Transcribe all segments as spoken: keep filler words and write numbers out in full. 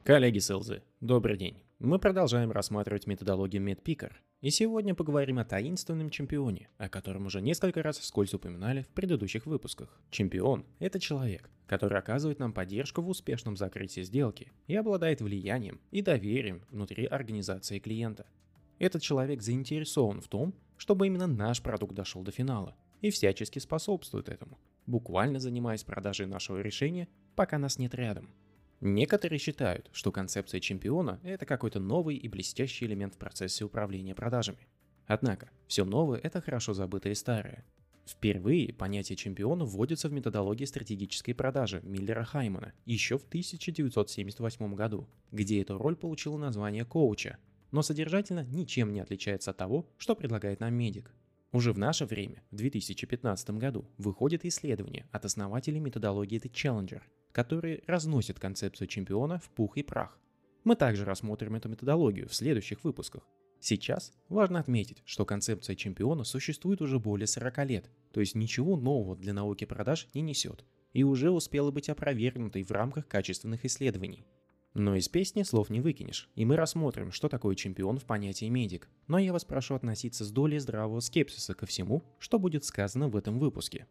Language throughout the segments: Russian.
Коллеги Селзы, добрый день. Мы продолжаем рассматривать методологию MedPicker, и сегодня поговорим о таинственном чемпионе, о котором уже несколько раз вскользь упоминали в предыдущих выпусках. Чемпион – это человек, который оказывает нам поддержку в успешном закрытии сделки и обладает влиянием и доверием внутри организации клиента. Этот человек заинтересован в том, чтобы именно наш продукт дошел до финала, и всячески способствует этому, буквально занимаясь продажей нашего решения, пока нас нет рядом. Некоторые считают, что концепция чемпиона – это какой-то новый и блестящий элемент в процессе управления продажами. Однако, все новое – это хорошо забытое и старое. Впервые понятие чемпиона вводится в методологии стратегической продажи Миллера Хаймана еще в тысяча девятьсот семьдесят восьмом году, где эта роль получила название коуча, но содержательно ничем не отличается от того, что предлагает нам медик. Уже в наше время, в две тысячи пятнадцатом году, выходит исследование от основателей методологии The Challenger, которые разносят концепцию чемпиона в пух и прах. Мы также рассмотрим эту методологию в следующих выпусках. Сейчас важно отметить, что концепция чемпиона существует уже более сорока лет, то есть ничего нового для науки продаж не несет, и уже успела быть опровергнутой в рамках качественных исследований. Но из песни слов не выкинешь, и мы рассмотрим, что такое чемпион в понятии медик. Но я вас прошу относиться с долей здравого скепсиса ко всему, что будет сказано в этом выпуске.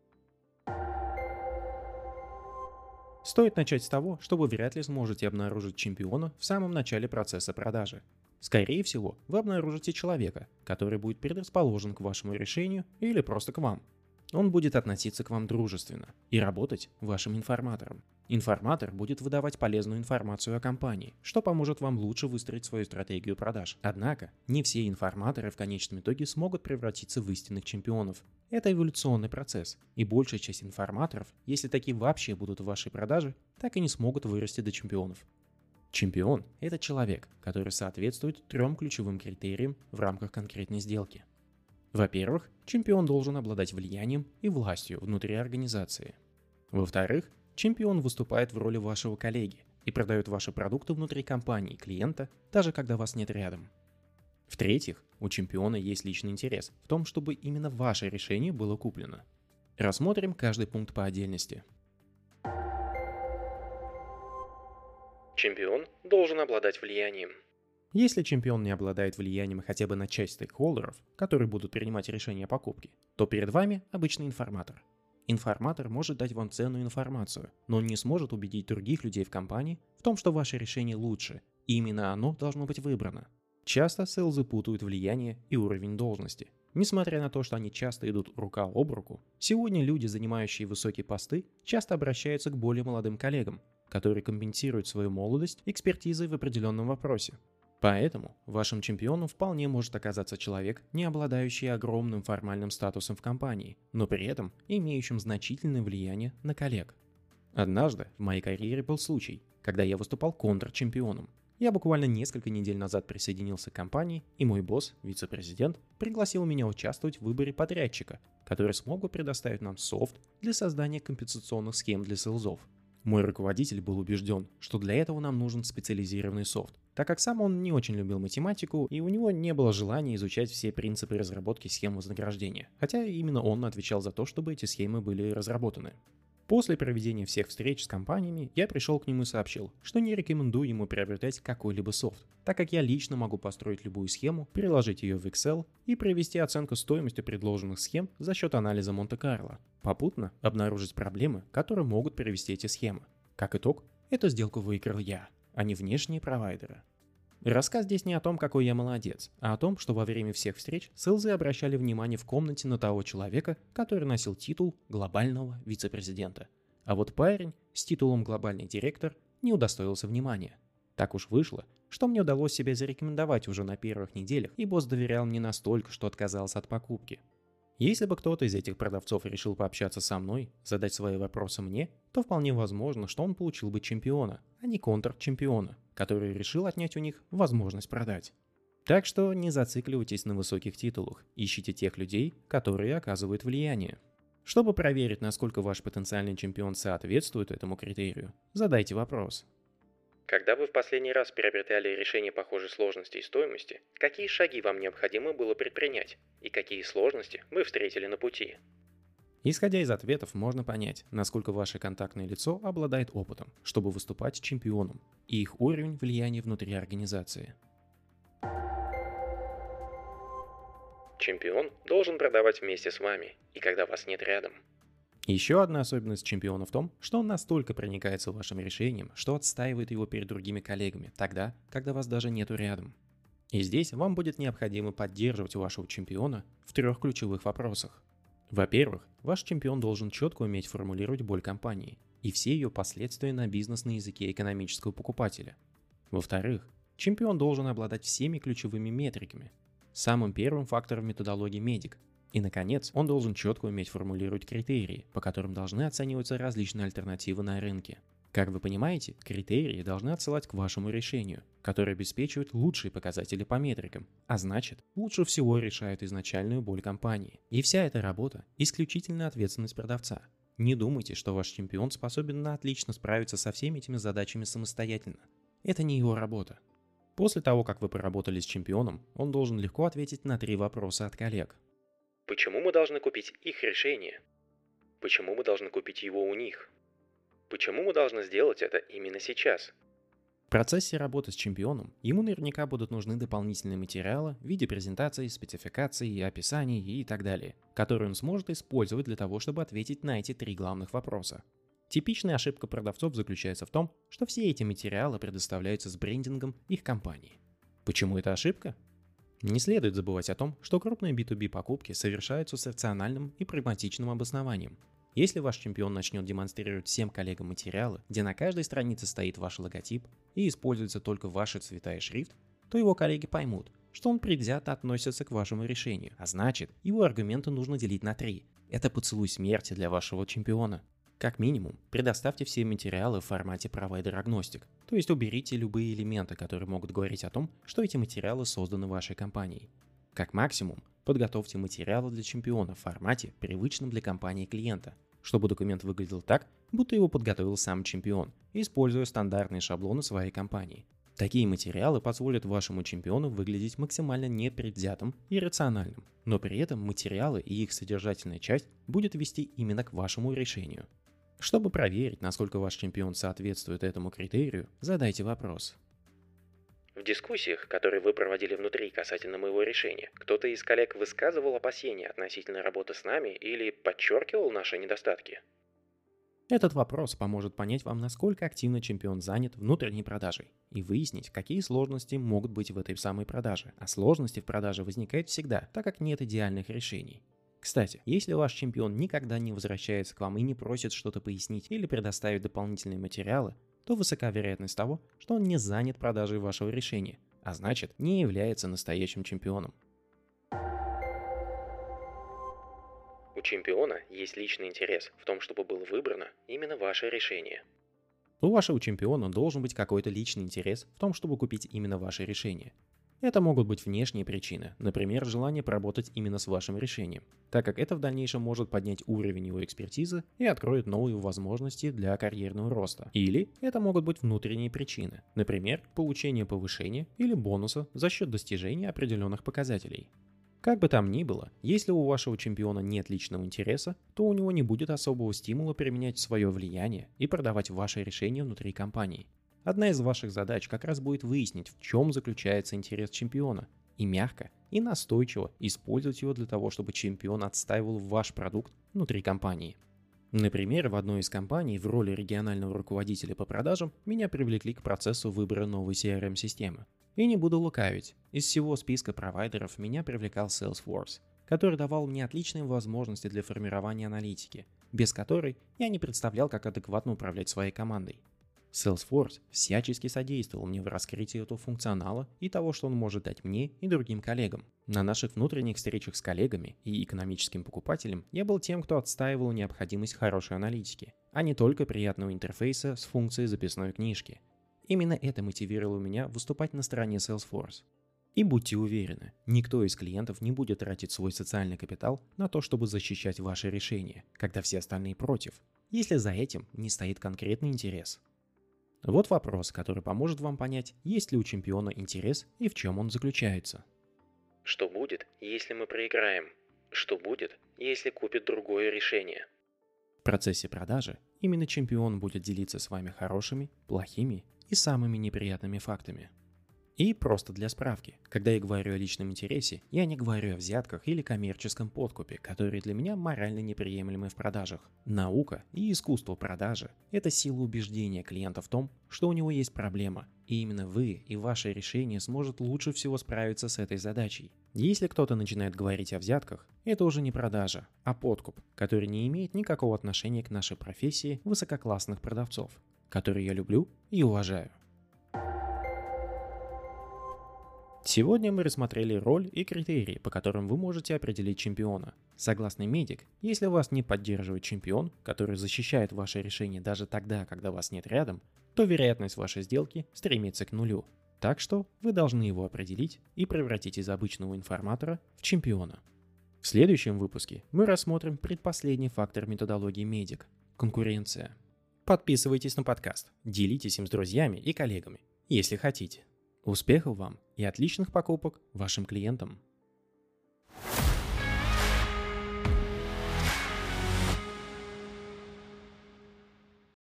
Стоит начать с того, что вы вряд ли сможете обнаружить чемпиона в самом начале процесса продажи. Скорее всего, вы обнаружите человека, который будет предрасположен к вашему решению или просто к вам. Он будет относиться к вам дружественно и работать вашим информатором. Информатор будет выдавать полезную информацию о компании, что поможет вам лучше выстроить свою стратегию продаж. Однако, не все информаторы в конечном итоге смогут превратиться в истинных чемпионов. Это эволюционный процесс, и большая часть информаторов, если такие вообще будут в вашей продаже, так и не смогут вырасти до чемпионов. Чемпион – это человек, который соответствует трем ключевым критериям в рамках конкретной сделки. Во-первых, чемпион должен обладать влиянием и властью внутри организации. Во-вторых, чемпион выступает в роли вашего коллеги и продает ваши продукты внутри компании клиента, даже когда вас нет рядом. В-третьих, у чемпиона есть личный интерес в том, чтобы именно ваше решение было куплено. Рассмотрим каждый пункт по отдельности. Чемпион должен обладать влиянием. Если чемпион не обладает влиянием хотя бы на часть стейкхолдеров, которые будут принимать решения о покупке, то перед вами обычный информатор. Информатор может дать вам ценную информацию, но он не сможет убедить других людей в компании в том, что ваше решение лучше, и именно оно должно быть выбрано. Часто селзы путают влияние и уровень должности. Несмотря на то, что они часто идут рука об руку, сегодня люди, занимающие высокие посты, часто обращаются к более молодым коллегам, которые компенсируют свою молодость экспертизой в определенном вопросе. Поэтому вашим чемпионом вполне может оказаться человек, не обладающий огромным формальным статусом в компании, но при этом имеющим значительное влияние на коллег. Однажды в моей карьере был случай, когда я выступал контрчемпионом. Я буквально несколько недель назад присоединился к компании, и мой босс, вице-президент, пригласил меня участвовать в выборе подрядчика, который смог бы предоставить нам софт для создания компенсационных схем для селзов. Мой руководитель был убежден, что для этого нам нужен специализированный софт, так как сам он не очень любил математику и у него не было желания изучать все принципы разработки схем вознаграждения, хотя именно он отвечал за то, чтобы эти схемы были разработаны. После проведения всех встреч с компаниями я пришел к нему и сообщил, что не рекомендую ему приобретать какой-либо софт, так как я лично могу построить любую схему, переложить ее в Excel и провести оценку стоимости предложенных схем за счет анализа Монте-Карло, попутно обнаружить проблемы, которые могут привести эти схемы. Как итог, эту сделку выиграл я, а не внешние провайдеры. Рассказ здесь не о том, какой я молодец, а о том, что во время всех встреч селзы обращали внимание в комнате на того человека, который носил титул глобального вице-президента. А вот парень с титулом глобальный директор не удостоился внимания. Так уж вышло, что мне удалось себя зарекомендовать уже на первых неделях, и босс доверял мне настолько, что отказался от покупки. Если бы кто-то из этих продавцов решил пообщаться со мной, задать свои вопросы мне, то вполне возможно, что он получил бы чемпиона, а не контрчемпиона, который решил отнять у них возможность продать. Так что не зацикливайтесь на высоких титулах, ищите тех людей, которые оказывают влияние. Чтобы проверить, насколько ваш потенциальный чемпион соответствует этому критерию, задайте вопрос. Когда вы в последний раз приобретали решение похожей сложности и стоимости, какие шаги вам необходимо было предпринять, и какие сложности вы встретили на пути? Исходя из ответов, можно понять, насколько ваше контактное лицо обладает опытом, чтобы выступать чемпионом, и их уровень влияния внутри организации. Чемпион должен продавать вместе с вами, и когда вас нет рядом. Еще одна особенность чемпиона в том, что он настолько проникается вашим решением, что отстаивает его перед другими коллегами, тогда, когда вас даже нету рядом. И здесь вам будет необходимо поддерживать вашего чемпиона в трех ключевых вопросах. Во-первых, ваш чемпион должен четко уметь формулировать боль компании и все ее последствия на бизнес на языке экономического покупателя. Во-вторых, чемпион должен обладать всеми ключевыми метриками, самым первым фактором методологии медик. И, наконец, он должен четко уметь формулировать критерии, по которым должны оцениваться различные альтернативы на рынке. Как вы понимаете, критерии должны отсылать к вашему решению, которое обеспечивает лучшие показатели по метрикам, а значит, лучше всего решает изначальную боль компании. И вся эта работа – исключительная ответственность продавца. Не думайте, что ваш чемпион способен на отлично справиться со всеми этими задачами самостоятельно. Это не его работа. После того, как вы поработали с чемпионом, он должен легко ответить на три вопроса от коллег. Почему мы должны купить их решение? Почему мы должны купить его у них? Почему мы должны сделать это именно сейчас? В процессе работы с чемпионом ему наверняка будут нужны дополнительные материалы в виде презентаций, спецификаций, описаний и так далее, которые он сможет использовать для того, чтобы ответить на эти три главных вопроса. Типичная ошибка продавцов заключается в том, что все эти материалы предоставляются с брендингом их компании. Почему это ошибка? Не следует забывать о том, что крупные би ту би покупки совершаются с рациональным и прагматичным обоснованием. Если ваш чемпион начнет демонстрировать всем коллегам материалы, где на каждой странице стоит ваш логотип и используются только ваши цвета и шрифт, то его коллеги поймут, что он предвзято относится к вашему решению, а значит, его аргументы нужно делить на три. Это поцелуй смерти для вашего чемпиона. Как минимум, предоставьте все материалы в формате провайдер-агностик, то есть уберите любые элементы, которые могут говорить о том, что эти материалы созданы вашей компанией. Как максимум, подготовьте материалы для чемпиона в формате, привычном для компании клиента, чтобы документ выглядел так, будто его подготовил сам чемпион, используя стандартные шаблоны своей компании. Такие материалы позволят вашему чемпиону выглядеть максимально непредвзятым и рациональным, но при этом материалы и их содержательная часть будет вести именно к вашему решению. Чтобы проверить, насколько ваш чемпион соответствует этому критерию, задайте вопрос. В дискуссиях, которые вы проводили внутри касательно моего решения, кто-то из коллег высказывал опасения относительно работы с нами или подчеркивал наши недостатки? Этот вопрос поможет понять вам, насколько активно чемпион занят внутренней продажей, и выяснить, какие сложности могут быть в этой самой продаже. А сложности в продаже возникают всегда, так как нет идеальных решений. Кстати, если ваш чемпион никогда не возвращается к вам и не просит что-то пояснить или предоставить дополнительные материалы, то высока вероятность того, что он не занят продажей вашего решения, а значит, не является настоящим чемпионом. У чемпиона есть личный интерес в том, чтобы было выбрано именно ваше решение. У вашего чемпиона должен быть какой-то личный интерес в том, чтобы купить именно ваше решение. Это могут быть внешние причины, например, желание поработать именно с вашим решением, так как это в дальнейшем может поднять уровень его экспертизы и откроет новые возможности для карьерного роста. Или это могут быть внутренние причины, например, получение повышения или бонуса за счет достижения определенных показателей. Как бы там ни было, если у вашего чемпиона нет личного интереса, то у него не будет особого стимула применять свое влияние и продавать ваши решения внутри компании. Одна из ваших задач как раз будет выяснить, в чем заключается интерес чемпиона, и мягко и настойчиво использовать его для того, чтобы чемпион отстаивал ваш продукт внутри компании. Например, в одной из компаний в роли регионального руководителя по продажам меня привлекли к процессу выбора новой си ар эм-системы. И не буду лукавить, из всего списка провайдеров меня привлекал Salesforce, который давал мне отличные возможности для формирования аналитики, без которой я не представлял, как адекватно управлять своей командой. Salesforce всячески содействовал мне в раскрытии этого функционала и того, что он может дать мне и другим коллегам. На наших внутренних встречах с коллегами и экономическим покупателем я был тем, кто отстаивал необходимость хорошей аналитики, а не только приятного интерфейса с функцией записной книжки. Именно это мотивировало меня выступать на стороне Salesforce. И будьте уверены, никто из клиентов не будет тратить свой социальный капитал на то, чтобы защищать ваши решения, когда все остальные против, если за этим не стоит конкретный интерес. Вот вопрос, который поможет вам понять, есть ли у чемпиона интерес и в чем он заключается. Что будет, если мы проиграем? Что будет, если купит другое решение? В процессе продажи именно чемпион будет делиться с вами хорошими, плохими и самыми неприятными фактами. И просто для справки, когда я говорю о личном интересе, я не говорю о взятках или коммерческом подкупе, которые для меня морально неприемлемы в продажах. Наука и искусство продажи – это сила убеждения клиента в том, что у него есть проблема, и именно вы и ваше решение сможет лучше всего справиться с этой задачей. Если кто-то начинает говорить о взятках, это уже не продажа, а подкуп, который не имеет никакого отношения к нашей профессии высококлассных продавцов, которые я люблю и уважаю. Сегодня мы рассмотрели роль и критерии, по которым вы можете определить чемпиона. Согласно Медик, если вас не поддерживает чемпион, который защищает ваше решение даже тогда, когда вас нет рядом, то вероятность вашей сделки стремится к нулю. Так что вы должны его определить и превратить из обычного информатора в чемпиона. В следующем выпуске мы рассмотрим предпоследний фактор методологии Медик – конкуренция. Подписывайтесь на подкаст, делитесь им с друзьями и коллегами, если хотите. Успехов вам и отличных покупок вашим клиентам!